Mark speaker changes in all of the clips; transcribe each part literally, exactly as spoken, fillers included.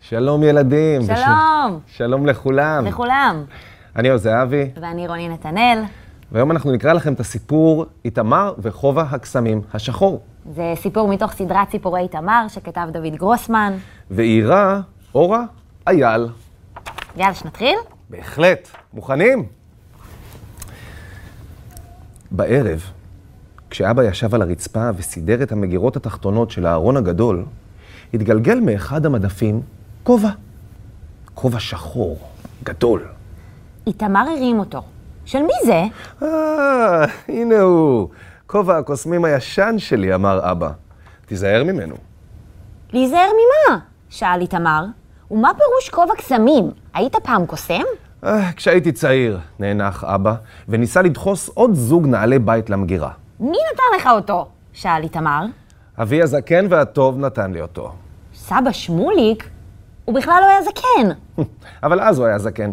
Speaker 1: שלום ילדים.
Speaker 2: שלום.
Speaker 1: וש... שלום לכולם.
Speaker 2: לכולם.
Speaker 1: אני עוז זהבי.
Speaker 2: ואני רוני נתנאל.
Speaker 1: והיום אנחנו נקרא לכם את הסיפור איתמר וכובע הקסמים השחור.
Speaker 2: זה סיפור מתוך סדרת סיפורי איתמר שכתב דוד גרוסמן.
Speaker 1: ואירה אורה אייל.
Speaker 2: יאללה, שנתחיל?
Speaker 1: בהחלט. מוכנים? בערב, כשאבא ישב על הרצפה וסידר את המגירות התחתונות של הארון הגדול, התגלגל מאחד המדפים כובע. כובע שחור, גדול.
Speaker 2: איתמר הרים אותו. של מי זה?
Speaker 1: אה, הנה הוא. כובע הקוסמים הישן שלי, אמר אבא. תיזהר ממנו.
Speaker 2: להיזהר ממה? שאל איתמר. ומה פירוש כובע קסמים? היית פעם קוסם?
Speaker 1: אה, כשהייתי צעיר, נאנח אבא, וניסה לדחוס עוד זוג נעלי בית למגירה.
Speaker 2: מי נתן לך אותו? שאל איתמר.
Speaker 1: אבי הזקן והטוב נתן לי אותו.
Speaker 2: סבא שמוליק? הוא בכלל לא היה זקן.
Speaker 1: אבל אז הוא היה זקן.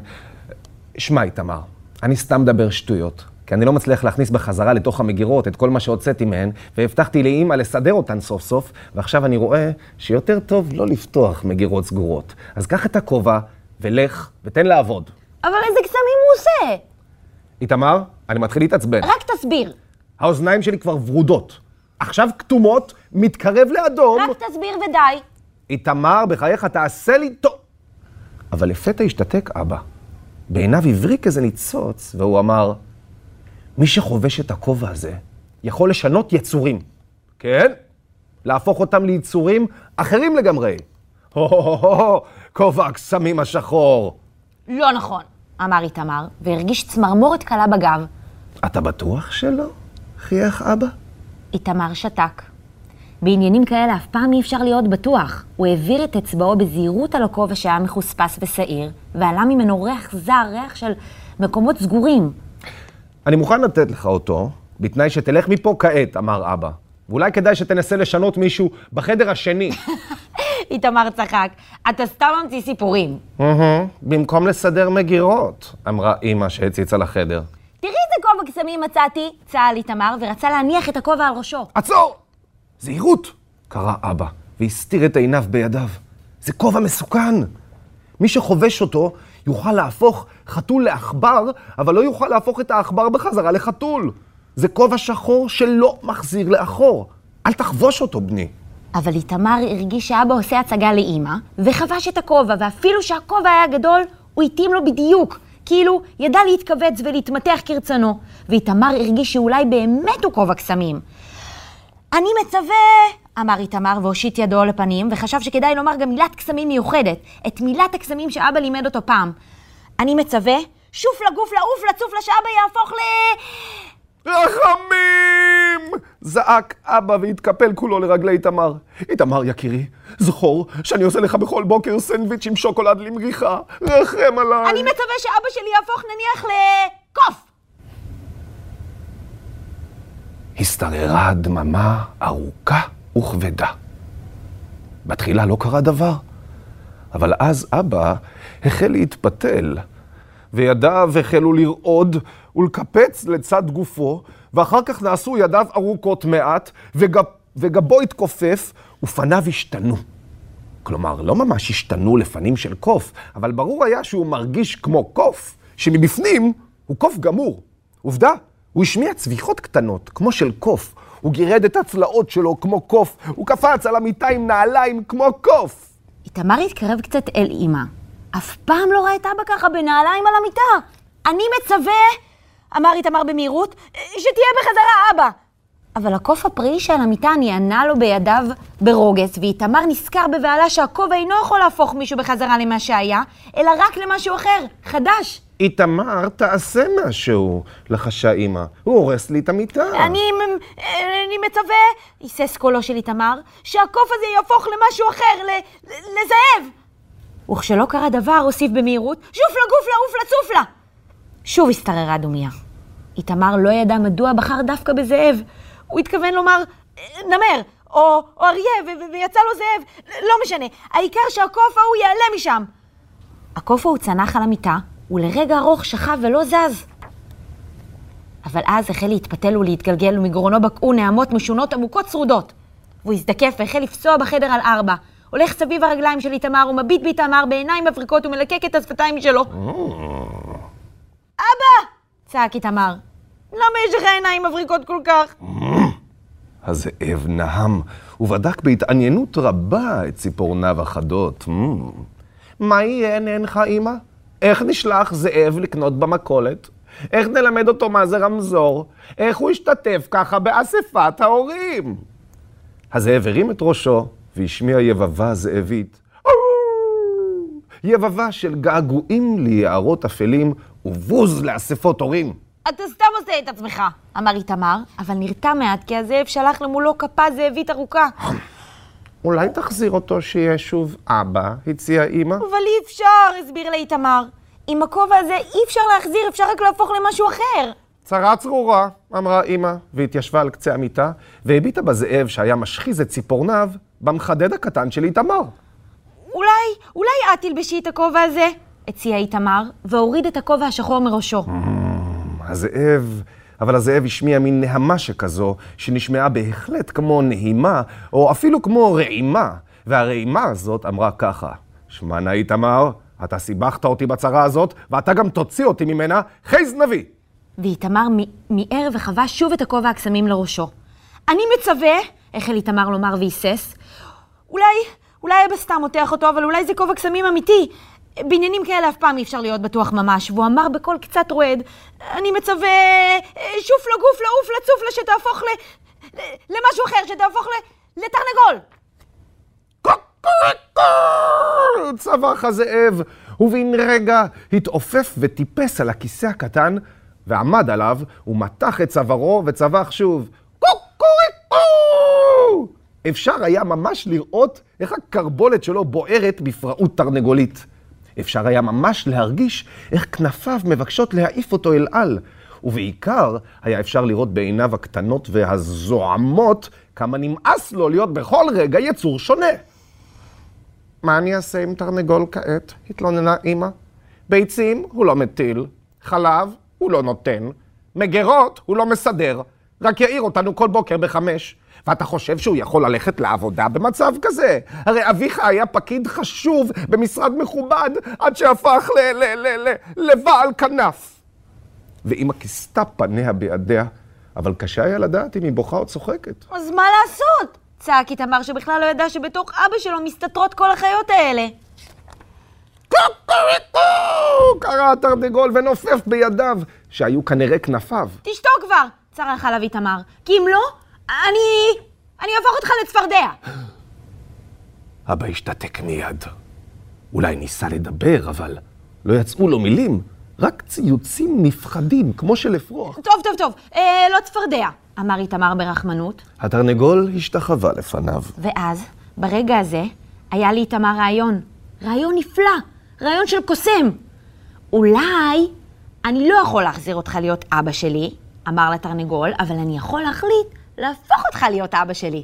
Speaker 1: שמע איתמר, אני סתם מדבר שטויות, כי אני לא מצליח להכניס בחזרה לתוך המגירות את כל מה שהוצאתי מהן, והבטחתי לאמא לסדר אותן סוף סוף, ועכשיו אני רואה שיותר טוב לא לפתוח מגירות סגורות. אז קח את הכובע ולך ותן לעבוד.
Speaker 2: אבל איזה קסמים הוא עושה?
Speaker 1: איתמר, אני מתחיל להתעצבן.
Speaker 2: רק תסביר.
Speaker 1: האוזניים שלי כבר ורודות. עכשיו כתומות, מתקרב לאדום.
Speaker 2: רק תסביר ודי.
Speaker 1: איתמר, בחייך תעשה לי טוב. אבל לפתע השתתק אבא. בעיניו הבריק איזה ניצוץ, והוא אמר, מי שחובש את הכובע הזה יכול לשנות יצורים. כן? להפוך אותם ליצורים אחרים לגמרי. הו-הו-הו, כובע הקסמים השחור.
Speaker 2: לא נכון, אמר איתמר, והרגיש צמרמורת קלה בגב.
Speaker 1: אתה בטוח שלא? חייך אבא?
Speaker 2: איתמר שתק. בעניינים כאלה אף פעם אי אפשר להיות בטוח. הוא העביר את אצבעו בזהירות על הכובע שהיה מחוספס ושעיר, ועלה ממנו ריח זר, ריח של מקומות סגורים.
Speaker 1: אני מוכן לתת לך אותו, בתנאי שתלך מפה כעת, אמר אבא. ואולי כדאי שתנסה לשנות מישהו בחדר השני.
Speaker 2: איתמר צחק, אתה סתם ממציא סיפורים.
Speaker 1: במקום לסדר מגירות, אמרה אמא שהציצה לחדר.
Speaker 2: תראי איזה כובע קסמים מצאתי, צהל איתמר, ורצה להניח את הכובע על ראשו.
Speaker 1: עצור! זהירות! קרא אבא, והסתיר את עיניו בידיו. זה כובע מסוכן. מי שחובש אותו יוכל להפוך חתול לאחבר, אבל לא יוכל להפוך את האחבר בחזרה לחתול. זה כובע שחור שלא מחזיר לאחור. אל תחבוש אותו, בני.
Speaker 2: אבל איתמר הרגיש שאבא עושה הצגה לאמא, וחבש את הכובע, ואפילו שהכובע היה גדול, הוא התאים לו בדיוק. כאילו ידע להתכווץ ולהתמתח כרצונו, ואיתמר הרגיש שאולי באמת הוא כובע קסמים. אני מצווה, אמר איתמר והושיט ידו לפנים, וחשב שכדאי לומר גם מילת קסמים מיוחדת, את מילת הקסמים שאבא לימד אותו פעם. אני מצווה, שוף לגוף לעוף לצוף לשאבא יהפוך ל...
Speaker 1: רחמים! זעק אבא והתקפל כולו לרגלי איתמר. איתמר יקירי, זכור שאני עושה לך בכל בוקר סנדוויץ' עם שוקולד למריחה. רחם עליי.
Speaker 2: אני מצווה שאבא שלי יהפוך נניח לקוף.
Speaker 1: הסתררה דממה ארוכה וכבדה. בתחילה לא קרה דבר, אבל אז אבא החל להתפתל, וידיו החלו לרעוד ולקפץ לצד גופו, ואחר כך נעשו ידיו ארוכות מעט, וגב, וגבו התכופף, ופניו השתנו. כלומר, לא ממש השתנו לפנים של קוף, אבל ברור היה שהוא מרגיש כמו קוף, שמבפנים הוא קוף גמור. עובדה, הוא השמיע צביחות קטנות, כמו של קוף. הוא גירד את הצלעות שלו כמו קוף. הוא קפץ על המיטה עם נעליים כמו קוף.
Speaker 2: איתמר התקרב קצת אל אמא. אף פעם לא ראה את אבא ככה בנעליים על המיטה. אני מצווה, אמר איתמר במהירות, שתהיה בחזרה אבא. אבל הקוף הפראי שעל המיטה נענה לו בידיו ברוגז, ואיתמר נזכר בבעלה שהכובע אינו יכול להפוך מישהו בחזרה למה שהיה, אלא רק למשהו אחר, חדש.
Speaker 1: איתמר, תעשה משהו, לחשה אמא. הוא הורס לי את המיטה.
Speaker 2: אני, אני מצווה, היסס קולו של איתמר, שהקוף הזה יהפוך למשהו אחר, לזאב. וכשלא קרה דבר, הוסיף במהירות, שוף לגוף לעוף לצוף לה. שוב הסתררה דומיה. איתמר לא ידע מדוע בחר דווקא בזאב. הוא התכוון לומר, נמר, או, או אריה, ויצא לו זאב. לא משנה, העיקר שהקוף ההוא יעלה משם. הקוף ההוא צנח על המיטה, ולרגע ארוך שכב ולא זז. אבל אז החל להתפתל ולהתגלגל, ומגרונו בקעו נעמות משונות עמוקות צרודות. והוא הזדקף והחל לפסוע בחדר על ארבע. הולך סביב הרגליים של איתמר, הוא מביט באיתמר בעיניים מבריקות ומלקק את השפתיים שלו. אבא! צעק איתמר. למה יש לך עיניים מבריקות כל כך?
Speaker 1: הזאב נהם ובדק בהתעניינות רבה את ציפורניו החדות. מה יהיה עיניך, אמא? איך נשלח זאב לקנות במכולת? איך נלמד אותו מה זה רמזור? איך הוא ישתתף ככה באספת ההורים? הזאב הרים את ראשו והשמיע יבבה זאבית. יבבה של געגועים ליערות אפלים ובוז לאספות הורים.
Speaker 2: אתה סתם עושה את עצמך, אמר איתמר, אבל נרתע מעט כי הזאב שלח למולו כפה זאבית ארוכה.
Speaker 1: אולי תחזיר אותו שיהיה שוב אבא, הציעה אמא.
Speaker 2: אבל אי אפשר, הסביר לאיתמר. עם הכובע הזה אי אפשר להחזיר, אפשר רק להפוך למשהו אחר.
Speaker 1: צרה צרורה, אמרה אמא, והתיישבה על קצה המיטה, והביטה בזאב שהיה משחיז את ציפורניו במחדד הקטן של איתמר.
Speaker 2: אולי, אולי את תלבשי את הכובע הזה, הציע איתמר, והוריד את הכובע השחור מראשו.
Speaker 1: הזאב, אבל הזאב השמיע מין נהמה שכזו, שנשמעה בהחלט כמו נהימה, או אפילו כמו רעימה, והרעימה הזאת אמרה ככה, שמע איתמר, אתה סיבכת אותי בצרה הזאת, ואתה גם תוציא אותי ממנה, חייז נביא.
Speaker 2: ואיתמר מיער וחווה שוב את הכובע הקסמים לראשו. אני מצווה, החל איתמר לומר והיסס, אולי, אולי אבא סתם מותח אותו, אבל אולי זה כובע קסמים אמיתי. בעניינים כאלה אף פעם אי אפשר להיות בטוח ממש, והוא אמר בקול קצת רועד, אני מצווה, שוף לגוף, לעוף, לצוף, שתהפוך ל... למשהו אחר, שתהפוך ל... לתרנגול.
Speaker 1: צווח הזאב, ובין רגע התעופף וטיפס על הכיסא הקטן, ועמד עליו, ומתח את צווארו וצווח שוב. קוקוריקו! אפשר היה ממש לראות איך הקרבולת שלו בוערת בפראות תרנגולית. אפשר היה ממש להרגיש איך כנפיו מבקשות להעיף אותו אל על, ובעיקר היה אפשר לראות בעיניו הקטנות והזועמות כמה נמאס לו להיות בכל רגע יצור שונה. מה אני אעשה עם תרנגול כעת? התלוננה אמא. ביצים הוא לא מטיל, חלב הוא לא נותן, מגרות הוא לא מסדר, רק יעיר אותנו כל בוקר בחמש. ואתה חושב שהוא יכול ללכת לעבודה במצב כזה? הרי אביך היה פקיד חשוב במשרד מכובד עד שהפך ל- ל- ל- ל- לבעל כנף. ואמא כיסתה פניה בידיה, אבל קשה היה לדעת אם היא בוכה או צוחקת.
Speaker 2: אז מה לעשות? צעק איתמר שבכלל לא ידע שבתוך אבא שלו מסתתרות כל החיות האלה.
Speaker 1: קוקוריקו! קרא התרנגול ונופף בידיו, שהיו כנראה כנפיו.
Speaker 2: תשתוק כבר, צרח עליו איתמר, כי אם לא, אני... אני אהפוך אותך לצפרדע.
Speaker 1: אבא השתתק מיד. אולי ניסה לדבר, אבל לא יצאו לו מילים, רק ציוצים נפחדים, כמו של אפרוח.
Speaker 2: טוב, טוב, טוב, אה, לא צפרדע, אמר איתמר ברחמנות.
Speaker 1: התרנגול השתחווה לפניו.
Speaker 2: ואז, ברגע הזה, היה לי איתמר רעיון. רעיון נפלא, רעיון של קוסם. אולי אני לא יכול להחזיר אותך להיות אבא שלי, אמר לתרנגול, אבל אני יכול להחליט להפוך אותך להיות אבא שלי.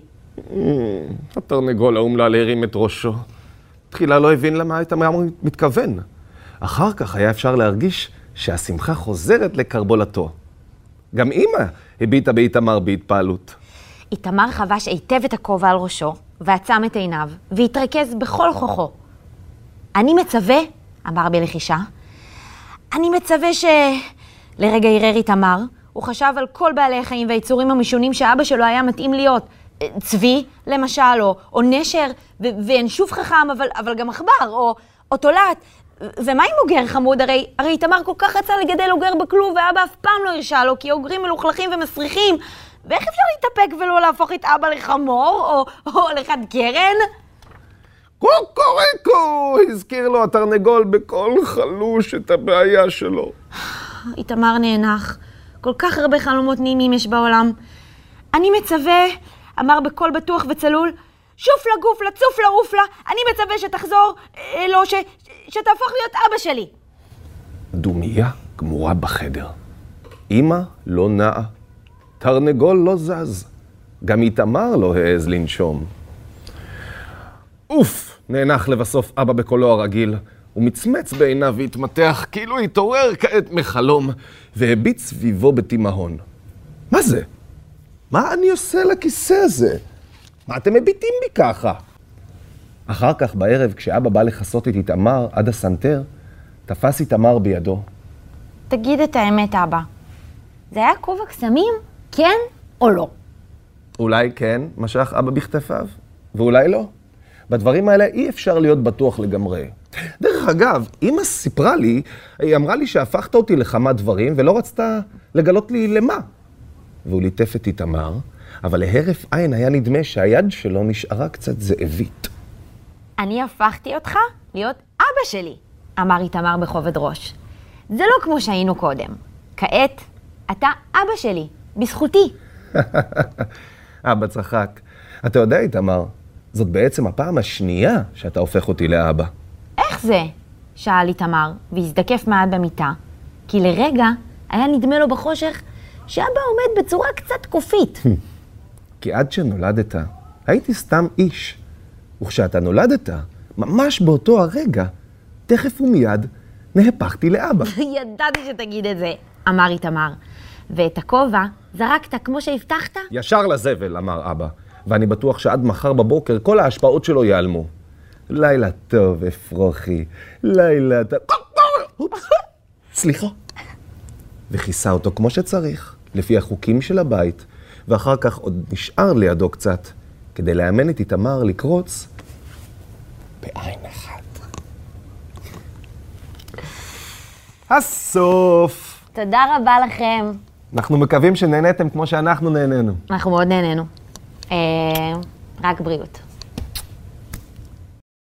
Speaker 1: התרנגול האומלל הרים את ראשו. תחילה לא הבין למה איתמר מתכוון. אחר כך היה אפשר להרגיש שהשמחה חוזרת לקרבולתו. גם אמא הביטה באיתמר בהתפעלות.
Speaker 2: איתמר חבש היטב את הכובע על ראשו, ועצם את עיניו, והתרכז בכל כוחו. אני מצווה, אמר בלחישה, אני מצווה ש... לרגע ערער איתמר, הוא חשב על כל בעלי החיים והיצורים המשונים שאבא שלו היה מתאים להיות. צבי, למשל, או, או נשר, ו- ואנשוף חכם, אבל, אבל גם עכבר, או, או תולעת. ומה עם אוגר חמוד? הרי, הרי איתמר כל כך רצה לגדל אוגר בכלוב, ואבא אף פעם לא הרשה לו, כי אוגרים מלוכלכים ומסריחים. ואיך אפשר להתאפק ולא להפוך את אבא לחמור, או, או לחד קרן?
Speaker 1: קוקוריקו! הזכיר לו התרנגול בקול חלוש את הבעיה שלו.
Speaker 2: איתמר נאנח. כל כך הרבה חלומות נעימים יש בעולם. אני מצווה, אמר בקול בטוח וצלול, שוף לגוף, לצוף לעוף לה, אני מצווה שתחזור, אה, לא, ש, שתהפוך להיות אבא שלי.
Speaker 1: דומיה גמורה בחדר. אמא לא נעה. תרנגול לא זז. גם איתמר לא העז לנשום. אוף! נאנח לבסוף אבא בקולו הרגיל. הוא מצמץ בעיניו והתמתח כאילו התעורר כעת מחלום, והביט סביבו בתימהון. מה זה? מה אני עושה לכיסא הזה? מה אתם מביטים בי ככה? אחר כך בערב, כשאבא בא לחסות את איתמר עד הסנטר, תפס איתמר בידו.
Speaker 2: תגיד את האמת, אבא. זה היה כובע קסמים? כן או לא?
Speaker 1: אולי כן, משך אבא בכתפיו, ואולי לא. בדברים האלה אי אפשר להיות בטוח לגמרי. דרך אגב, אמא סיפרה לי, היא אמרה לי שהפכת אותי לכמה דברים ולא רצתה לגלות לי למה. והוא ליטף את איתמר, אבל להרף עין היה נדמה שהיד שלו נשארה קצת זאבית.
Speaker 2: אני הפכתי אותך להיות אבא שלי, אמר איתמר בכובד ראש. זה לא כמו שהיינו קודם. כעת, אתה אבא שלי, בזכותי.
Speaker 1: אבא צחק. אתה יודע, איתמר, זאת בעצם הפעם השנייה שאתה הופך אותי לאבא.
Speaker 2: איך זה? שאל איתמר, והזדקף מעט במיטה, כי לרגע היה נדמה לו בחושך שאבא עומד בצורה קצת קופית.
Speaker 1: כי עד שנולדת, הייתי סתם איש. וכשאתה נולדת, ממש באותו הרגע, תכף ומיד, נהפכתי לאבא.
Speaker 2: ידעתי שתגיד את זה, אמר איתמר. ואת הכובע זרקת כמו שהבטחת?
Speaker 1: ישר לזבל, אמר אבא. ואני בטוח שעד מחר בבוקר כל ההשפעות שלו ייעלמו. לילה טוב, אפרוחי. לילה טוב. סליחה. וכיסה אותו כמו שצריך, לפי החוקים של הבית, ואחר כך עוד נשאר לידו קצת, כדי לאמן את איתמר לקרוץ בעין אחת. הסוף.
Speaker 2: תודה רבה לכם.
Speaker 1: אנחנו מקווים שנהנתם כמו שאנחנו נהנינו.
Speaker 2: אנחנו מאוד נהנינו. אה, רק בריאות.